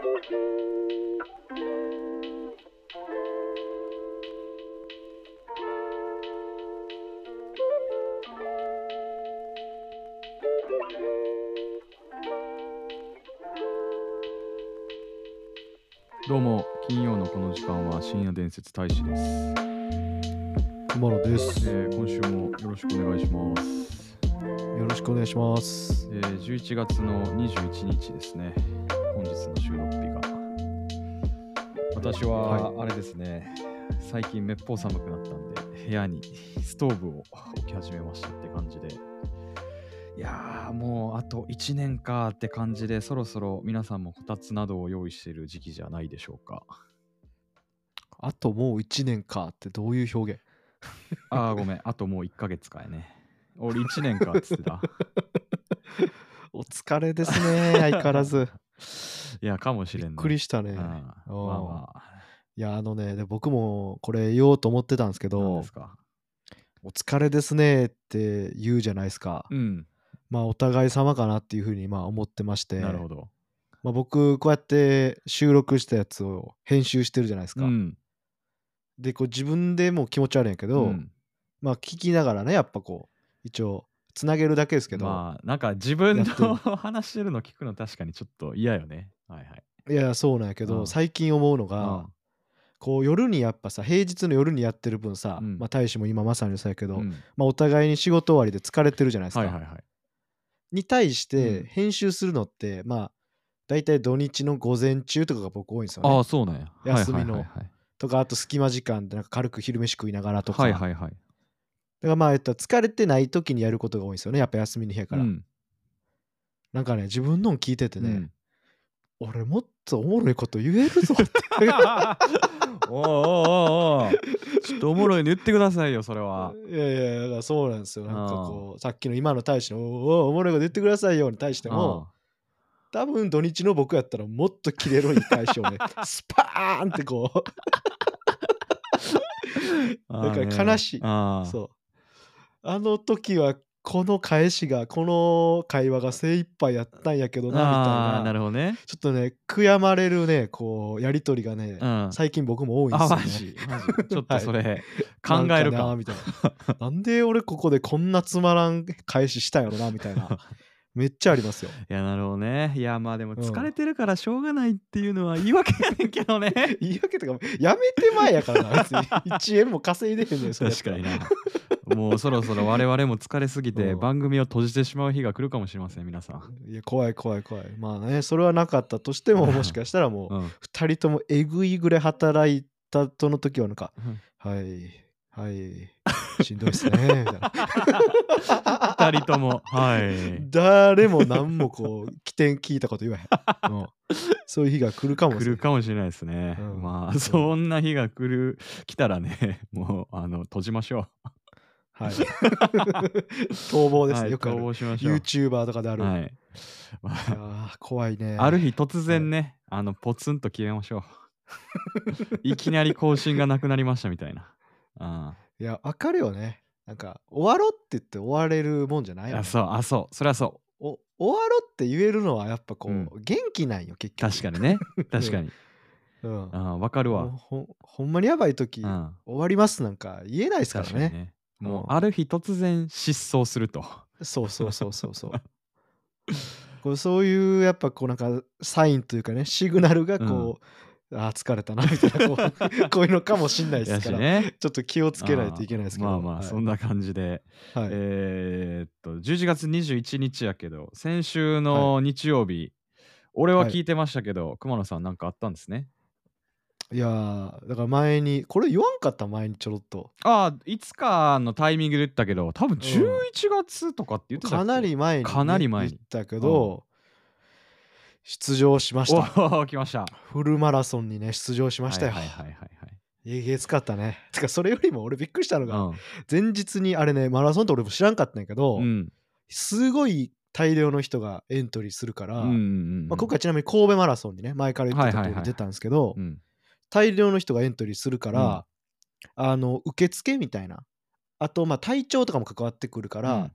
どうも、金曜のこの時間は深夜伝説大使です。 熊野です。 今週もよろしくお願いします。 よろしくお願いします。 11月の21日ですね。本日の収録日が。私はあれですね、最近めっぽう寒くなったんで、部屋にストーブを置き始めましたって感じで。いやー、もうあと1年かって感じで、そろそろ皆さんもこたつなどを用意している時期じゃないでしょうか。 あともう1年かってどういう表現？ あーごめん、あともう1ヶ月かやね。俺1年かっつってた。 お疲れですね、相変わらず。 いや、かもしびっれんね。 くりしたね。 まあまあ。 いや、で僕もこれ言おうと思ってたんですけど、 何ですか。 お疲れですねって言うじゃないですか。 うん。 まあ、お互い様かなっていうふうに思ってまして、 なるほど。 僕、こうやって収録したやつを編集してるじゃないですか。 うん。 で、こう自分でもう気持ち悪いんやけど、 うん聞きながらね、やっぱ一応、つなげるだけですけど、 まあ、なんか自分やってるの話してるの聞くの確かにちょっと嫌よね。はいはい。 いや、そうなんやけど、 うん最近思うのうが、 ん夜にやっぱさ、平日の夜にやってる分さ、 うん大使も今まさにそうやけど、 うん。 お互いに仕事終わりで疲れてるじゃないですか。 はいはいはい。 に対しうんて、編集するのって、だいたい土日の午前中とかが僕多いんですよね。 ああ、そうなんや。はいはいはいはい。 とか、あと隙間時間でなんか軽く昼飯食いながらとか。 はいはいはい。 だから疲れてない時にやることが多いんですよね、やっぱ休みの日やから。 うん。 なんかね、自分のん聞いててね、 うん。 俺もっとおもろいこと言えるぞって。 おーおーおーおーちょっとおもろいの言ってくださいよ、それは。 いやいや、だからそうなんですよ。なんかあさっきの今の大使のおもろいこと言ってくださいよに対しても、 あ。 多分土日の僕やったらもっとキレのいい返しをね、スパーンってだから悲しい。そう。あの時はこの返しが、この会話が精一杯やったんやけどな、みたいああ、なな。 るほどね。 ちょっとね、悔やまれるね、やりとりがね、 うん。 最近僕も多いんであ、 すよね。 マジ。ちょっとはい。 それ、考なんえるか。 かなみたいな。なんで俺ここでこんなつまらん返ししたんやろなみたいな。めっちゃありますよ。 いや、なるほどね。いや、まあでもうん。 疲れてるからしょうがないっていうのは言い訳やねんけどね。 言い訳とか、やめてまえやからな、別に。1円も稼いでへんねん、それやったら。 確かにな。もうそろそろ我々も疲れすぎてうん。 番組を閉じてしまう日が来るかもしれません、皆さん。 いや、怖い怖い怖い。それはなかったとしても、もしかしたらもう、 うん。 2人ともえぐいぐらい働いたとの時はなんか、 うんはい、はい、しんどいっすね、みたいな。 二人とも、はい。 誰も何も起点聞いたこと言わへん。そういう日が来るかも来しれん。 るかもしれないですね。 うんまあ、そんな日が来たらね、もう閉じましょはい。逃亡う。 ですね。 はい、 よくある。 逃亡しましょう。 YouTuber とかである。 はい。まいやあ、 怖いね。 ある日突はい。 然ね、ポツンと消えましょう。いきなり更新がなくなりましたみたいな。あいや、わかるよね。なんか、終わろうって言って終われるもんじゃないよあ、 ね。 そう、それはそ終わろうって言えるのはやっぱう。うん。 元気なんよ、結局。 確かにね。確かうん。 に。 うん。 ああ、わかるわ。 ほんまにやばい時、 うん。 終わりますなんか言えないですからね。 確かにね。もう、 うん。 ある日突然失踪すると。 そうそうそうそうそう。そういうやっぱなんかサインというかね、シグナルがうん。 あー疲れたなみたいなこういうのかもしんないですやから、 しね。 ちょっと気をつけないといけないですけど、 まあまあ、 はい。 そんな感じで。 はい。 11月21日やけど、先週はい。 の日曜日、俺ははい。 聞いてましたけど、熊野さんなんかあったんですね。 いやー、だから前に、これ言わんかった？前にちょろっと。 ああ、いつかのタイミングで言ったけど、多分う 11月とかって言っん。 てたっけ？ かなり前にかなりね、言前に。 ったけうん。 ど、出場しましおた。 お、来ました。 フルマラソンにね、出場しましたよ。 はいはいはいはいはい。 えげつかったね。てかそれよりも俺びっくりしたのが、 うん。 前日にあれね、マラソンって俺も知らんかったんやけど、 うん。 すごい大量の人がエントリーするから、 うんうんうんうん。 今回ちなみに神戸マラソンにね、前から言ってたはいはいはいはい。 通り出たんですけど、 うん。 大量の人がエントリーするかうん。 ら、受付みたいな、あと体調とかも関わってくるから、 うん。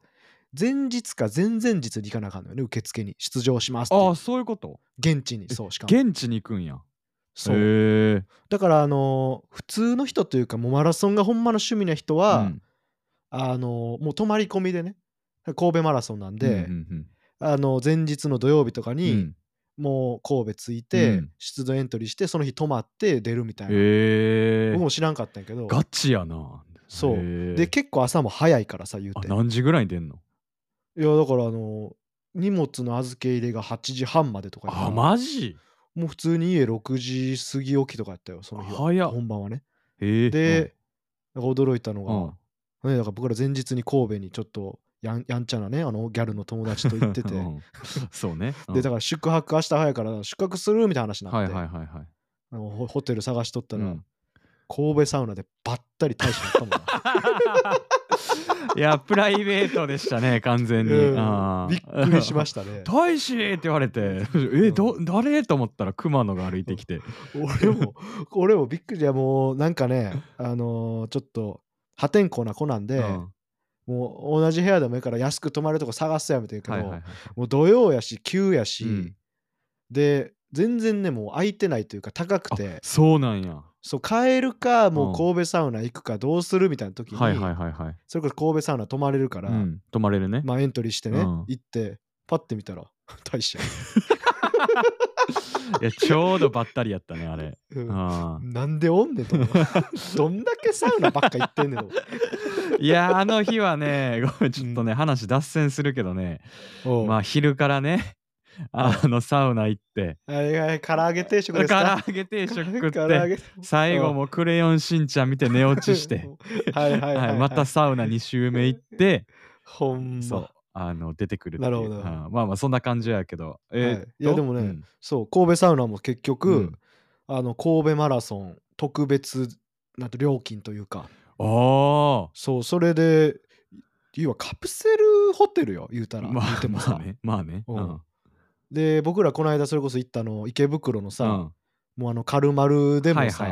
前日か前々日に行かなあかんのよね、受付に出場しますっていう。 ああ、そういうこと。 現地に、そうしかも。 現地に行くんや。 そう。 へえ。 だから普通の人というかもうマラソンがほんまの趣味な人は、もう泊まり込みでね、神戸マラソンなんで、前日の土曜日とかに、もう神戸着いて、出場エントリーしてその日泊まって出るみたいな。僕も知らんかったんやけど。 ガチやな。 そう。で結構朝も早いからさ言うて。 何時ぐらいに出んの？ いやだから荷物の預け入れが8時半までとかやから。 マジ？ もう普通に家6時過ぎ起きとかやったよその日は。 早っ。 本番はね。 で、 なんか驚いたのが、だから僕ら前日に神戸にちょっとやんちゃなねギャルの友達と行っててそうね。 でだから宿泊明日早いから宿泊するみたいな話になって、ホテル探しとったら、神戸サウナでばったり大使になったもんな。 いやプライベートでしたね完全に。 びっくりしましたね。 大使って言われて誰と思ったら熊野が歩いてきて俺もびっくり。いやもうなんかねちょっと破天荒な子なんで、もう同じ部屋でもいいから安く泊まるとこ探すやめてるけど、もう土曜やし急やし、で全然ねもう空いてないというか高くて。 そうなんや。 そう帰るかもう神戸サウナ行くかどうするみたいな時に、それこそ神戸サウナ泊まれるから、 泊まれるね。 まあエントリーしてね、行ってパッて見たら大使や。 いやちょうどばったりやったねあれ。 なんでおんねんと思う。どんだけサウナばっか行ってんねん。 いやあの日はねごめんちょっとね話脱線するけどね、まあ昼からねサウナ行って、 唐揚げ定食ですか？ 唐揚げ定食食って最後もクレヨンしんちゃん見て寝落ちしてまたサウナ2周目行ってほんまそう出てくるっていう。 なるほど。 まあそんな感じやけど、 いやでもね、そう神戸サウナも結局、神戸マラソン特別なんと料金というか、そうそれで要はカプセルホテルよ言うたら。 まあね。 で僕らこの間それこそ行った池袋のさ、もうカルマルでもさ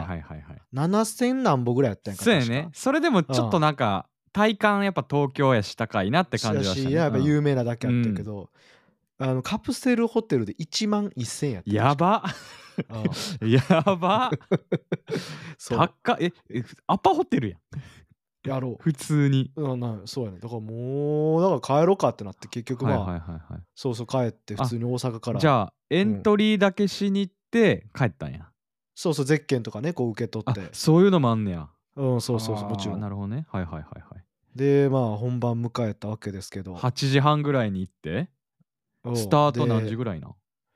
7000何歩ぐらいやったんやんか。 そうやね。それでもちょっとなんか体感やっぱ東京やし高いなって感じはしたね。 やっぱ有名なだけあったけど、カプセルホテルで1万1000円やった。 やばやば高っ。アパホテルやん。 やろう普通に。 そうやね。だからもうだから帰ろうかってなって結局そう帰って普通に大阪から。 じゃあエントリーだけしに行って帰ったんや。 そうゼッケンとかねこう受け取って。 そういうのもあんねや。 そうもちろん。 なるほどね。 でまあ本番迎えたわけですけど、 8時半ぐらいに行ってスタート何時ぐらいな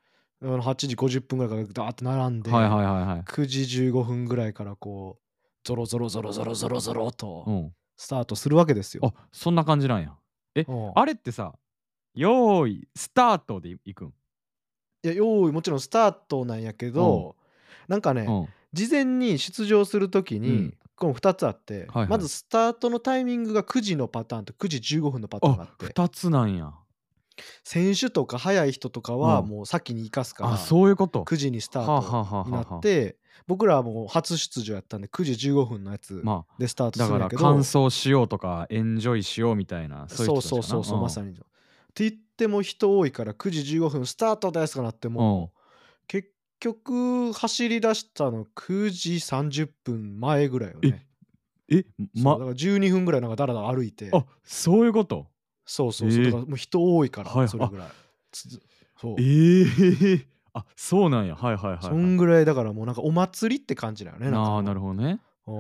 ？8時50分ぐらいからダーって並んで、9時15分ぐらいからこうゾロゾロとスタートするわけですよ。 そんな感じなんや。あれってさ用意スタートで行くん？ いや用意もちろんスタートなんやけど、なんかね事前に出場するときにこの2つあって、まずスタートのタイミングが9時のパターンと9時15分のパターンがあって、 2つなんや。 選手とか速い人とかはもう先に行かすから、 そういうこと 9時にスタートになって、僕らはもう初出場やったんで9時15分のやつでスタートするんやけど、 だから完走しようとかエンジョイしようみたいな。 そうまさに。って言っても人多いから9時15分スタートですかなっても結局走り出したの9時30分前ぐらいよね。だから12分ぐらいなんかだらだら歩いて。 そういうこと。 そうだからもう人多いからそれぐらい。 そうなんや。 そんぐらいだからもうなんかお祭りって感じだよね。 なるほどね。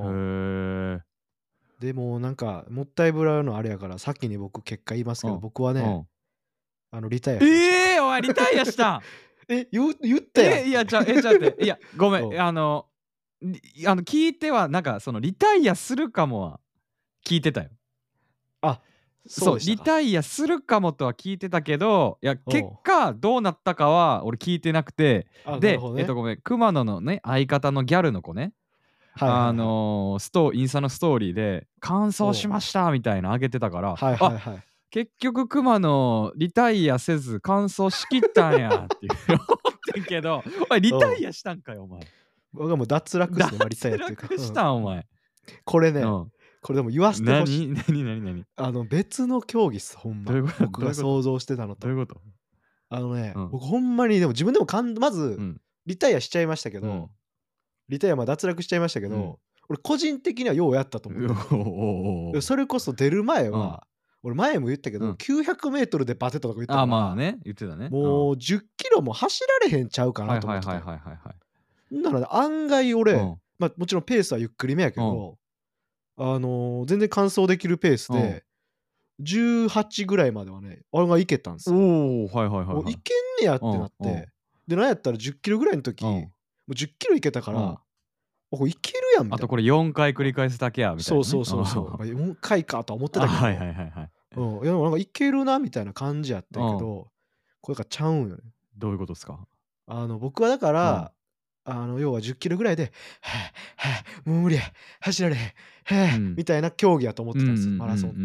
でもなんかもったいぶらうのあれやから先に僕結果言いますけど、僕はねリタイアしました。 お前リタイアしたん？ 言ったやん。 いやちょっと待って。いやごめん聞いてはなんかそのリタイアするかもは聞いてたよ。そうリタイアするかもとは聞いてたけど、いや結果どうなったかは俺聞いてなくて、でごめん熊野のね相方のギャルの子ね、インスタのストーリーで完走しましたみたいな上げてたから、結局熊野リタイアせず完走しきったんやっていう思ってんけど、お前リタイアしたんかよお前。 僕はもう脱落してリタイアっていうか。 脱落したんお前。 これねこれでも言わせてほしい。 何別の競技っす、ほんま。 どういうこと僕が想像してたのと。 どういうこと？ 僕ほんまにでも自分でもまずうん。 リタイアしちゃいましたけうんど、リタイア脱落しちゃいましたけうんど、俺個人的にはようやったと思ってて。 おそれこそ出る前は、俺前も言ったけど、900メートルでバテたとか言ったから、 まあね、言ってたね。 もう10キロも走られへんちゃうかなと思ってたよ。なので案外俺、まあもちろんペースはゆっくりめやけど、全然完走できるペースで、18ぐらいまではね、あれがいけたんですよ。 おお、 いけんねやってなって、で、なんやったら10キロぐらいの時、もう10キロいけたから、これいけるやんみたいな。 あとこれ4回繰り返すだけやみたいな。 そう。4回かと思ってたけど、いやなんかいけるなみたいな感じやったけど、これがちゃうんよね。 どういうことですか？ 僕はだから、要は10キロぐらいで、もう無理や、走られへん、みたいな競技やと思ってたんですよ、マラソンって。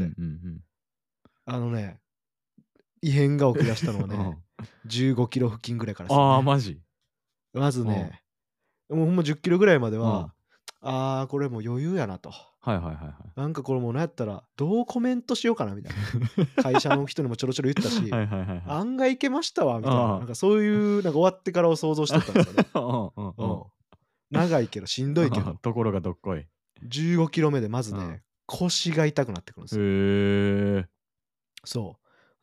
異変が起きだしたのはね、15キロ付近ぐらいからですね。 マジ？ まずね、もうほんま10キロぐらいまでは、これもう余裕やなと。なんかこれもうなんやったら、どうコメントしようかなみたいな。会社の人にもちょろちょろ言ったし、案外いけましたわ、みたいな。なんかそういう、なんか終わってからを想像してたんですよね。長いけど、しんどいけど。 ところがどっこい。 15キロ目でまずね、腰が痛くなってくるんですよ。 へえ。 そう。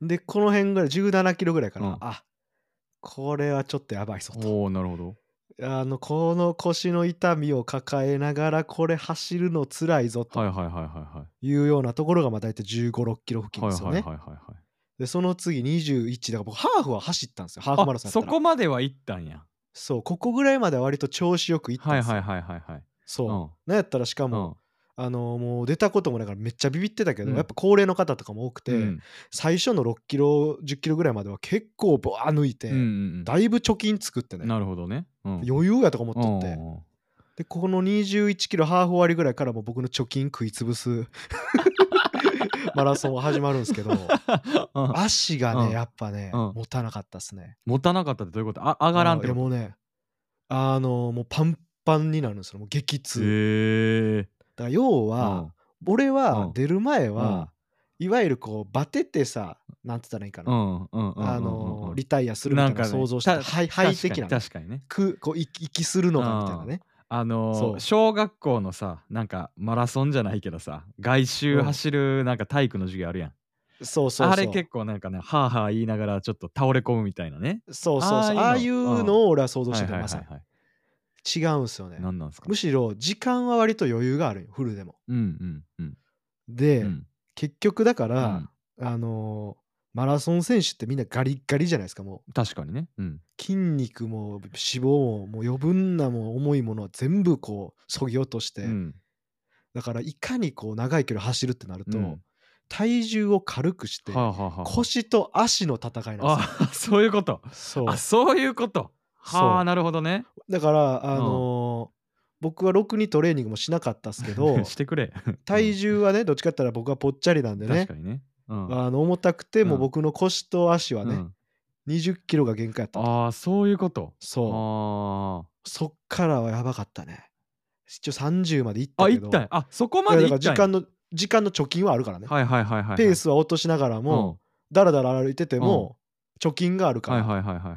で、この辺ぐらい、17キロぐらいから、これはちょっとやばいぞと。 おー、なるほど。 この腰の痛みを抱えながらこれ走るの辛いぞというようなところがまあ大体15、6キロ付近ですよね。で、その次21だから僕ハーフは走ったんですよ。ハーフマラソンやったら。 そこまでは行ったんや。 そう、ここぐらいまでは割と調子よく行ったんですよ。そう。なんやったらしかも、もう出たこともないからめっちゃビビってたけど、やっぱ高齢の方とかも多くて、最初の6キロ、10キロぐらいまでは結構バー抜いて、だいぶ貯金作ってね。 なるほどね。 余裕やとか思っとって。で、この21キロハーフ終わりぐらいからも僕の貯金食い潰すマラソンは始まるんですけど、足がね、やっぱね、持たなかったっすね。 持たなかったってどういうこと？上がらんってこと？ もうね、もうパンパンになるんですよ。もう激痛。だから要は、俺は出る前は、いわゆるこうバテてさ、なんて言ったらいいかな、リタイアするみたいな想像して、ハイ的な、 確かにね、 こう息するのがみたいなね。 小学校のさ、なんかマラソンじゃないけどさ、外周走るなんか体育の授業あるやん。あれ結構なんかね、はあはあ言いながらちょっと倒れ込むみたいなね。 ああいうのを俺は想像しててまさに。違うんすよね。 何なんすか？ むしろ時間は割と余裕があるよ、フルでも。で、結局だから、マラソン選手ってみんなガリッガリじゃないですか、もう。 確かにね。 筋肉も脂肪ももう余分なも重いものは全部こう削ぎ落として、だからいかにこう長い距離走るってなると、体重を軽くして腰と足の戦いなんですよ。 そういうこと。そういうこと。はあ、なるほどね。 だから僕はろくにトレーニングもしなかったっすけどしてくれ体重はねどっちかって言ったら僕はぽっちゃりなんでね、 確かにね、 重たくても僕の腰と足はね、20キロが限界やったと。 そういうこと。 そっからはやばかったね。一応30まで行ったけど、 そこまで行ったんや。 だから時間の貯金はあるからね。ペースは落としながらも、だらだら歩いてても貯金があるから、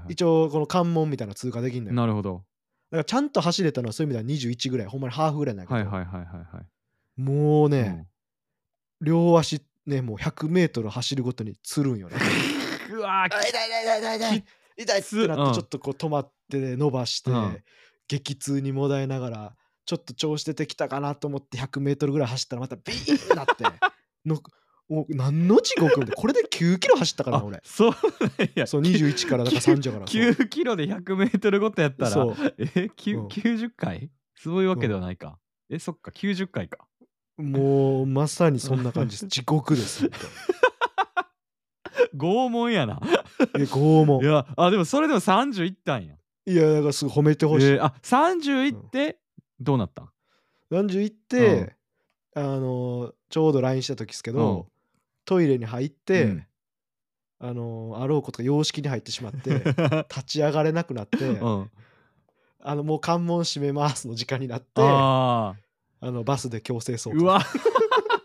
一応この関門みたいな通過できんのよ。 なるほど。 だからちゃんと走れたのはそういう意味では21ぐらい、ほんまにハーフぐらいなんだけど、もうね、両足ね、もう100メートル走るごとにつるんよね。 うわー、 痛いってなってちょっとこう止まって伸ばして、激痛にもだえながらちょっと調子出てきたかなと思って100メートルぐらい走ったらまたビーンってなってもう何の地獄でこれで9キロ走ったからな俺。そう21からだから30から 9キロで100メートルごとやったら90回そういうわけではないか。そっか90回か。 もうまさにそんな感じです。地獄です。 拷問やな。 拷問。 いやでもそれでも30いったんや。 いやだからすぐ褒めてほしい。 30いってどうなったん ？30いってちょうど LINE した時ですけど、トイレに入ってあろうことか洋式に入ってしまって立ち上がれなくなってもう関門閉めますの時間になってバスで強制送還。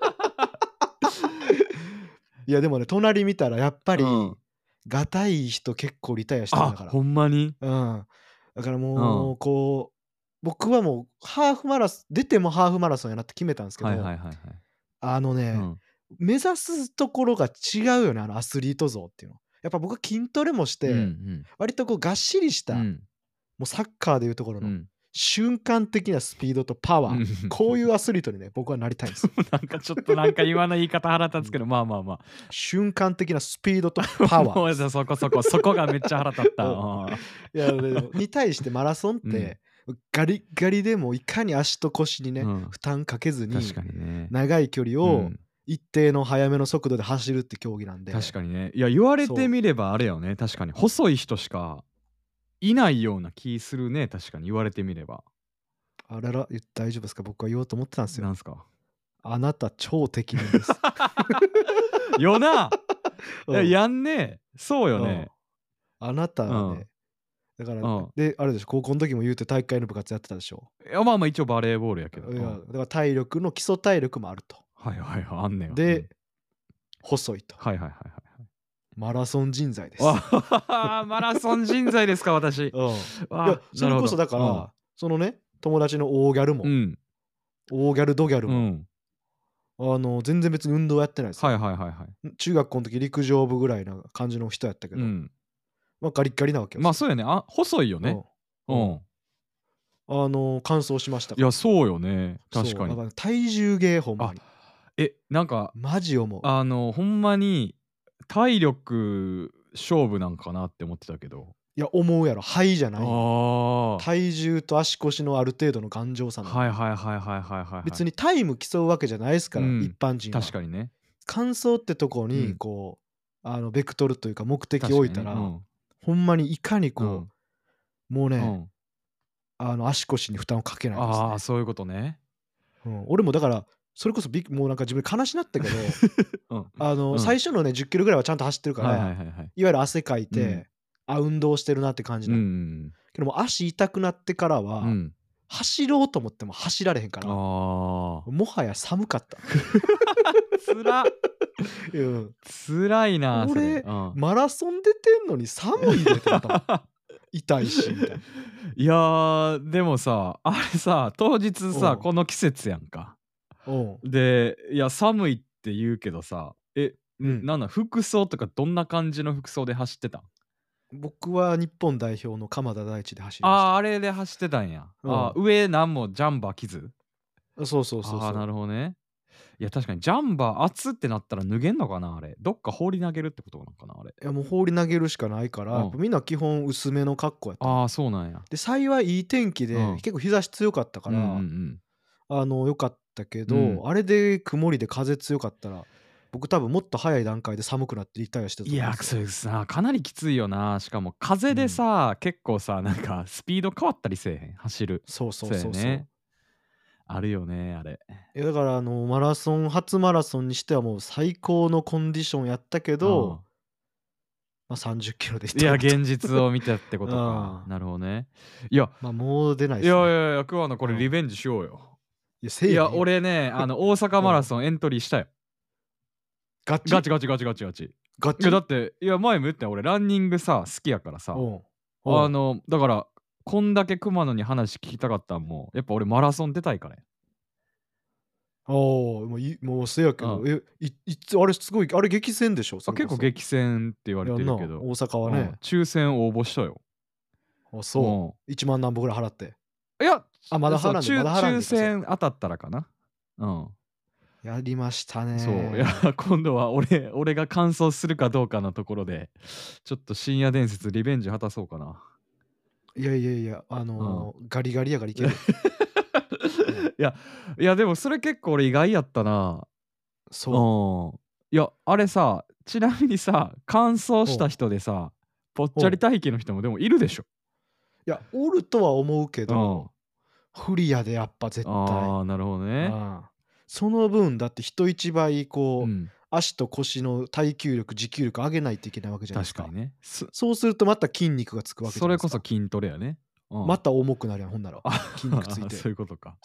いやでもね、隣見たらやっぱりうんがたい人結構リタイアしてるんだから。 ほんまにうん。だからもうこう僕はもうハーフマラソン出てもハーフマラソンやなって決めたんですけど、 はいはいはいはい。 あのね、 うん。 目指すところが違うよね、アスリート像っていうの。やっぱ僕は筋トレもしうんうて、 ん。 割とこうがっしりした、もうん。 うサッカーでいうところのうん。 瞬間的なスピードとパワー、 うんこういうアスリートにね、僕はなりたいんですよ。 なんかちょっとなんか今の言い方腹立つけど、まあまあま瞬間的なスピードとパあ。 ワーです。 もうじゃあそこがめっちゃ腹立った。 うんいや、でもに対してマラソンって、ガリガリでもいかに足と腰にね、 うん負担かけずに確かにね。 長い距離うをん一定の速めの速度で走るって競技なんで。 確かにね。いや言われてみればあれよね。確かに細い人しかいないような気するね。確かに言われてみれば。 あらら、大丈夫ですか？僕は言おうと思ってたんですよ。 なんすかあなた超適任です。 よなうんやんねそうよね。 あなたはね、だから、で、あれでしょ、高校の時も言うて体育会の部活やってたでしょ。 いやまあまあ一応バレーボールやけど。 いや、だから体力の基礎体力もあると。 はいはいはいあんねん。 で、細いと。 はいはいはいはい。 マラソン人材です。 わマラソン人材ですか私。 いや、それこそだから、そのね、友達の大ギャルも、大ギャルドギャルも、全然別に運動やってないですよ。 はいはいはいはい。 中学校の時陸上部ぐらいな感じの人やったけど、まあガリッガリなわけよ。 まあそうやね。細いよね。 完走しましたいやそうよね。確かに。 体重ゲーほんまに。 なんかマジ思う。 ほんまに体力勝負なんかなって思ってたけど。 いや思うやろ。肺じゃない。 体体重と足腰のある程度の頑丈さなんで。 はいはいはいはいはいはい。 別にタイム競うわけじゃないですから、一般人は。 確かにね。 完走ってとこにこうベクトルというか目的を置いたら、ほんまにいかにこう、もうね、足腰に負担をかけないですね。 ああそういうことね。 俺もだからそれこそもうなんか自分悲しなったけど最初のね10キロぐらいはちゃんと走ってるから、いわゆる汗かいて、運動してるなって感じだ。けども足痛くなってからは、走ろうと思っても走られへんから、もはや寒かった。 つらつらいな俺、マラソン出てんのに寒いでってなったもん。痛いしみたいな。 いやーでもさあれさ当日さこの季節やんか。でいや寒いって言うけどさなんだ服装とかどんな感じの服装で走ってたん？ 僕は日本代表の鎌田大地で走りました。 あれで走ってたんや。上なんもジャンバー着ず？ そうそうそうそう。 なるほどね。いや確かにジャンバー熱ってなったら脱げんのかなあれ。どっか放り投げるってことなのかなあれ。 いやもう放り投げるしかないから、みんな基本薄めの格好やった。 そうなんや。 で幸いいい天気で、結構日差し強かったから、よかったけど、あれで曇りで風強かったら僕多分もっと早い段階で寒くなってリタイアしてたと思うんですよ。 いやそうさかなりきついよな。しかも風でさ、結構さなんかスピード変わったりせえへん走る。 そうそうそうそう。 あるよねあれ。 いやだからマラソン初マラソンにしてはもう最高のコンディションやったけど、まあ30キロでした。 いや現実を見たってことか。なるほどね。いやまあもう出ないですね。 いやいや桑名これリベンジしようよ。 いや俺ね大阪マラソンエントリーしたよ。ガチ。いやだっていや前も言ったよ俺ランニングさ好きやからさ。だからこんだけ熊野に話聞きたかったんもやっぱ俺マラソン出たいからや。 もうせやけど、あれすごいあれ激戦でしょ。 結構激戦って言われてるけど大阪はね、 抽選応募したよ。 そう1万何本ぐらい払って。 いやまだ払うんだ。 抽選当たったらかな。 やりましたね。 そういや今度は俺が完走するかどうかのところでちょっと深夜伝説リベンジ果たそうかな。 いやガリガリやからいける。 いやでもそれ結構俺意外やったな。いやあれさちなみにさ完走した人でさぽっちゃり待機の人もでもいるでしょ。 いやおるとは思うけど、不利やでやっぱ絶対。 なるほどね。 その分だって人一倍こう、足と腰の耐久力持久力上げないといけないわけじゃないですか。 確かにね。 そうするとまた筋肉がつくわけじゃないですか。 それこそ筋トレやね。 また重くなるやんほんなら。筋肉ついて。 そういうことか。 そう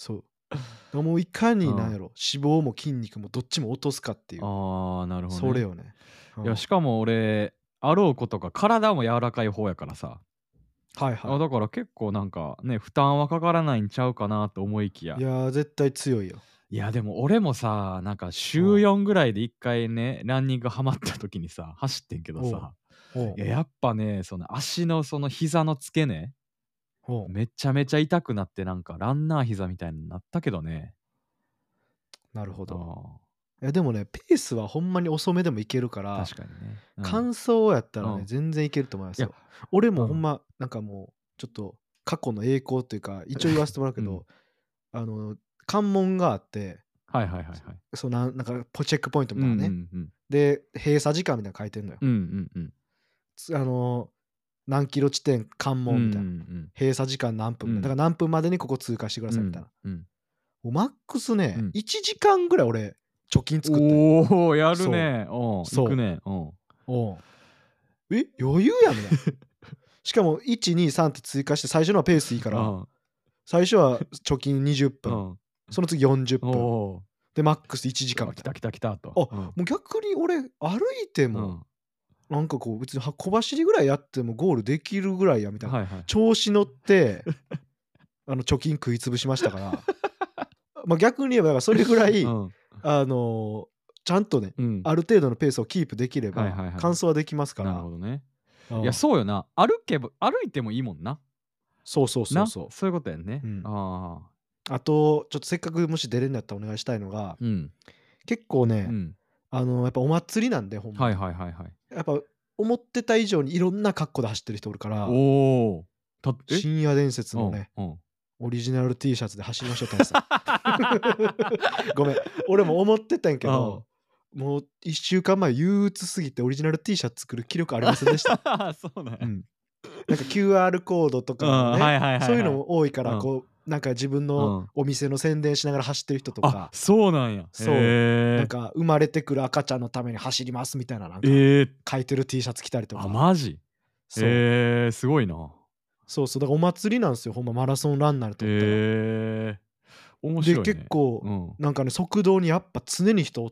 もういかになんうん。 やろ、脂肪も筋肉もどっちも落とすかっていう、 ああ、なるほどね。 それよね。ういや、 ん。 しかも俺、あろうことか体も柔らかい方やからさ。だはいはい。 から結構なんかね、負担はかからないんちゃうかなと思いきや。 いや、絶対強いよ。 いや、でも俺もさ、なんかう週ん。 4ぐらいで1回ね、ランニングハマった時にさ、走ってんけどおう。 さ、 おう。 いや、やっぱね、その足のその膝の付け根、 おう。 めちゃめちゃ痛くなって、なんかランナー膝みたいになったけどね。 なるほあど。 あ、 いやでもね、ペースはほんまに遅めでもいけるから、 確かにね。うん。 完走やったらね、 うん。 全然いけると思いまいや、 すよ。俺もほんうん。 ま、なんかもう、ちょっと過去の栄光というか、一応言わせてもらううん。 けど、あの、関門があって、 はいはいはいはい。 なんかチェックポイントみうんうたいなね。 んうん。 で、閉鎖時間みたいなの書いてんのよ。 うんうんうん。 つあの、何キロ地点関うんうんう門みたいな。 ん。 閉鎖時間何分みたいな。だうん。 から何分までにここ通過してくださいみたいな。 うん。 もうマックスね、 うん。 1時間ぐらい俺、貯金作ってん。 おお、やるそね。うん、 う、そ行くね。うん。 う。うん。余裕やんみたいな。しかも1、2、3って追加して、最初のはペースいいから、 うん。 最初は貯金20分、 うん。 その次40 お分、 お。 で、マックス1時うわ、 間みたいな。 来た来た来たと。 あ、 うん。 もう逆に俺、歩いても、 うん。 なんかこう、別に小走りぐらいやってもゴールできるぐらいやみたいな。 はいはい。 調子乗って、貯金食い潰しましたから、逆に言えば、だからそれぐらい、 うん。 あの、ちゃんとね、 うん。 ある程度のペースをキープできれば、 はいはいはい。 完走はできますかなるら。 ほどね。いや、 うん。 そうよな。歩いてもいいもんな。 そうそうそうな、 そそういうことやんね。 う。うん。 ああ。 あと、ちょっとせっかくもし出れるんやったらお願いしたいのが、 うん。 結構ね、 うん。 やっぱお祭りなんで、ほんまはいに。 はいはいはい。 やっぱ思ってた以上にいろんな格好で走ってる人おるかおら、 お。え？ 深夜伝説うんのね、 うん。 オリジナル T シャツで走りましょうって話さ。ごめん、俺も思ってたんやけうん。 ど、もう1週間前憂鬱すぎてオリジナル T シャツ作る気力ありませんでした。 そうなんや。 うん。なんか QR コードとうん、 かのね、 はいはいはそういうのいはい。 も多いから、 うん。 こう、なんか自分のうん。 お店の宣伝しながら走ってる人とあ、 か、 そうなんや。 そう、なんへえ。 か生まれてくる赤ちゃんのために走りますみたいななんかええ。 書いてる T シャツ着たりとあ、 か、 マジ？ そう、 へえ、すごいな。 そうそう、だからお祭りなんですよ、ほんまマラソンランナーにとったら。 へえ。面で、 白いね。 結構、 うん。 なんかね、側道にやっぱ常に人おって、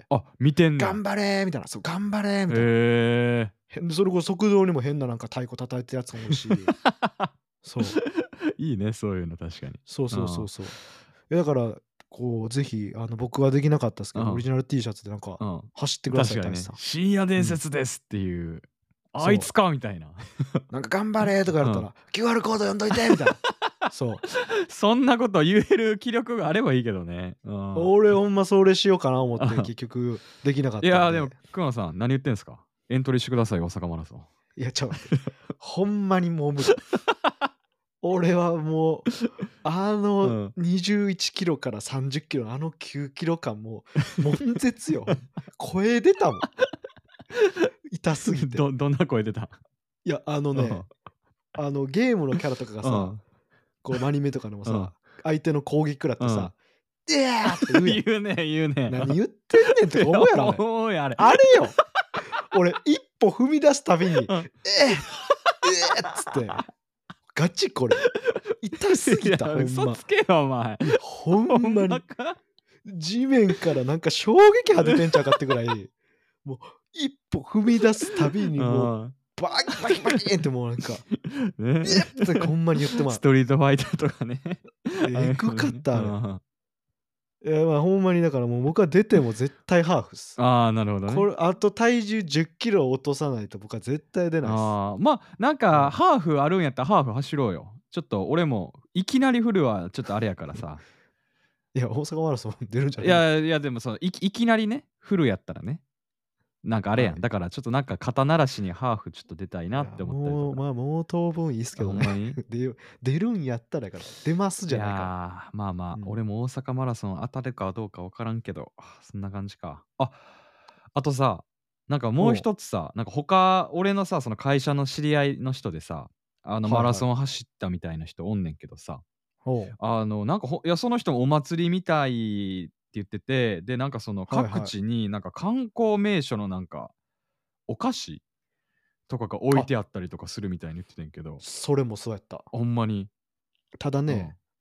あ、見てんねや。 頑張れーみたいな、そう、頑張れーみたいな。 へえ。 それこそ側道にも変ななんか太鼓叩いてるやつもおるし、そう、 いいね、そういうの確かに。 そううん。 そうそうそう。だから、こう、ぜひ、僕はできなかったですけど、オリうん。 ジナル T シャツでなんかうん。 走ってください、 確かにね。 大志さん。 深夜伝うん、 説ですっていう、あいつそう。 かみたいな。 なんか頑張れーとかうん。 やったら、QR コード読んどいてみたいな。そう。 そんなこと言える気力があればいいけどね。うん。 俺ほんまそれしようかな思って結局できなかっいや、でも、 たんで。 熊野さん、何言ってんすか？エントリーしてください、大阪マラソン。 いや、ちょっと待って。ほんまにもう無理。俺はもう、 うん。 21キロから30キロの9キロ間もう、悶絶よ。声出たもん。痛すぎて。 どんな声出た？ いや、 うん。 ゲームのキャラとかがさ、 うん。 こうアニメとかでもうん。 さ、相手の攻撃食らっうん。 てさ、「いやー」って言うやん。 言うね、言うね。 何言ってんねんとかいや、 思うやろ、あれ。 思うよ、あれ。 あれよ。俺一歩踏み出すたびに、 うん。 っつって、ガチこれ。痛すぎた、 いや、 ほんま。 嘘つけよ、お前。 いや、ほほんんまに。 まか？ 地面からなんか衝撃波出てんちゃうかってぐらい、もう一歩踏み出すたびにもう、 うん。 バキバキバキーンってもうなんか、 ね。 ってほんまに言ってまう。 ストリートファイターとかね。 えぐかったあれ。 うん。 いや、まあ、ほんまにだからもう僕は出ても絶対ハーフっす。 ああ、なるほどね。 これ、あと体重10キロ落とさないと僕は絶対出ないっす。 ああ、ま、なんうん。 かハーフあるんやったらハーフ走ろうよ。ちょっと俺もいきなりフルはちょっとあれやからさ。 いや、大阪マラソン出るんじゃないの？ いやいや、でもその、いきなりね、フルやったらね、なんかあれやん。 はい。 だからちょっとなんか肩慣らしにハーフちょっと出たいいや、 なって思ったりともう、 か。 まあ、もう当分いいっすけあ、 どね。 ほんまに？ 出るんやったらやから。出ますいじゃないから。 や、まあまあ、 うん。 俺も大阪マラソン当たるかどうか分からんけど、そんな感じか。あ、あとさ、なんかもうおう、 一つさ、なんか俺のさ、その会社の知り合いの人でさ、マラはいはい。 ソン走ったみたいな人おんねんけどさ、 おう、 なんかいや、その人もお祭りみたいって言ってて、で、なんかその各はいはい。 地になんか観光名所のなんか、お菓子とかが置いあ、 てあったりとかするみたいに言ってたんやけど、 それもそうやった。 ほんまに。 ただね、 うん。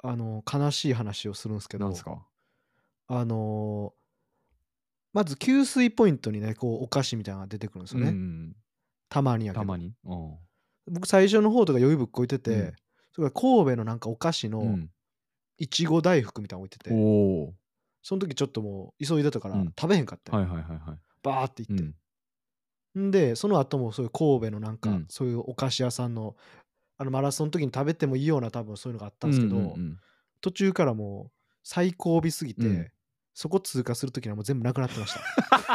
悲しい話をするんですけど、 なんすか？ あのまず給水ポイントにね、こうお菓子みたいなのが出てくるんですよね。たまにやけど。 たまに。 僕最初の方とか余裕ぶっこいてて、 うん、 それから神戸のなんかお菓子のいちご大福みたいなの置いてて、 おその時ちょっともう急いでたからうん食べへんかったよ。 はいはいはいはい。 バーって行って。 うんんで、その後もそういう神戸のなんか、 うんそういうお菓子屋さんの、マラソンの時に食べてもいいような多分そういうのがあったんですけど、途中からもう最後尾すぎて、 うん。 そこ通過する時にはもう全部なくなってました。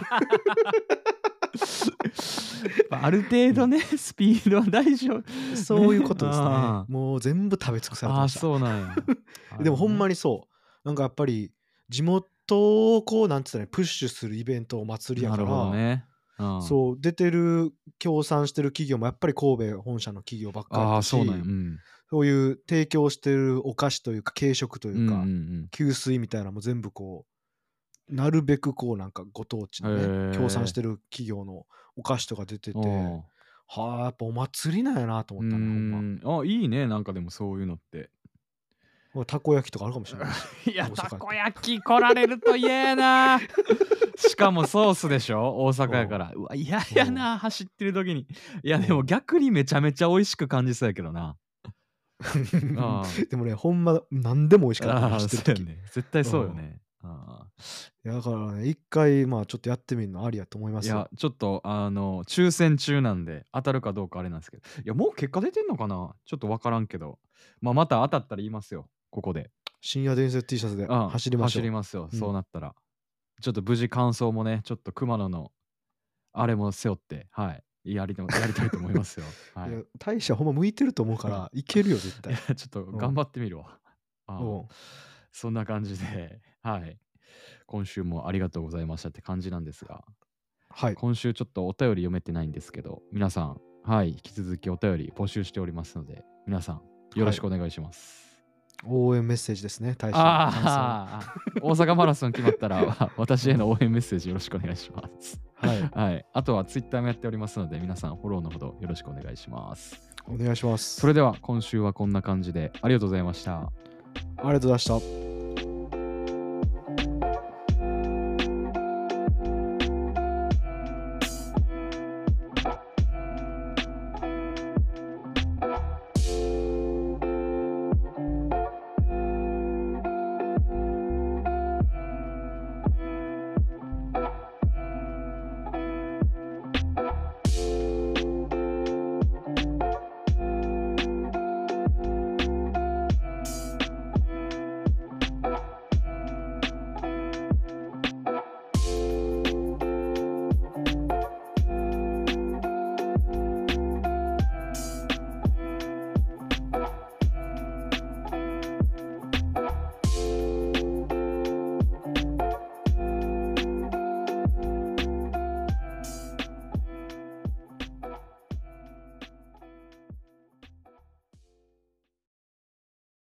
ある程度ね、スピードは大丈夫。 そういうことですね。 あもう全部食べ尽くされてあ、 ました。 そうなんや。 でもほんまに。 にそう。なんかやっぱり地元をこうなんて言ったらいいプッシュするイベントお祭りやかなるほどら、 ね。 そう出てる協賛してる企業もやっぱり神戸本社の企業ばっかりああ、 だし、 そうなんや。 そういう提供してるお菓子というか軽食というか、 ん。 給水みたいなのも全部こうなるべくこうなんかご当地のへねー協賛してる企業のお菓子とか出てて、はあやっぱお祭りなんやなと思ったねほんま。 あ、いいね。なんかでもそういうのって。 たこ焼きとかあるかもしれないし。 いや、 大阪やったらたこ焼き来られると嫌やな。しかもソースでしょ、大阪やから。うわ、嫌やな、走ってる時に。いや、でも逆にめちゃめちゃ美味しく感じそうやけどな。 でもね、ほんま何でも美味しかったああ、 走ってる時。 そうやね。絶対そうよね。 いやだからね、一回まあちょっとやってみるのありやと思いますよ。 いや、ちょっと抽選中なんで、当たるかどうかあれなんですけど。いや、もう結果出てんのかな、ちょっとわからんけど。また当たったら言いますよ、ここで。 深夜伝説 T シャツで走りましょう。 走りますよ、そうなったら。ちょっと無事感想もね、ちょっと熊野のあれも背負って、はい、やりたいと思いますよ。はい。 いや大社ほんま向いてると思うからいけるよ絶対。 いや、ちょっと頑張ってみるわ。 うんそんな感じで、はい。今週もありがとうございましたって感じなんですが、 はい。 今週ちょっとお便り読めてないんですけど、皆さん、はい、引き続きお便り募集しておりますので、皆さん、よろしくお願いします。 応援メッセージですね、大使の感大阪マラソン決まったら、私への応援メッセージよろしくお願いします。 想。はい。 はい。あとはツイッターもやっておりますので、皆さんフォローのほどよろしくお願いします。 お願いします。 それでは今週はこんな感じでありがとうございました。 ありがとうございました。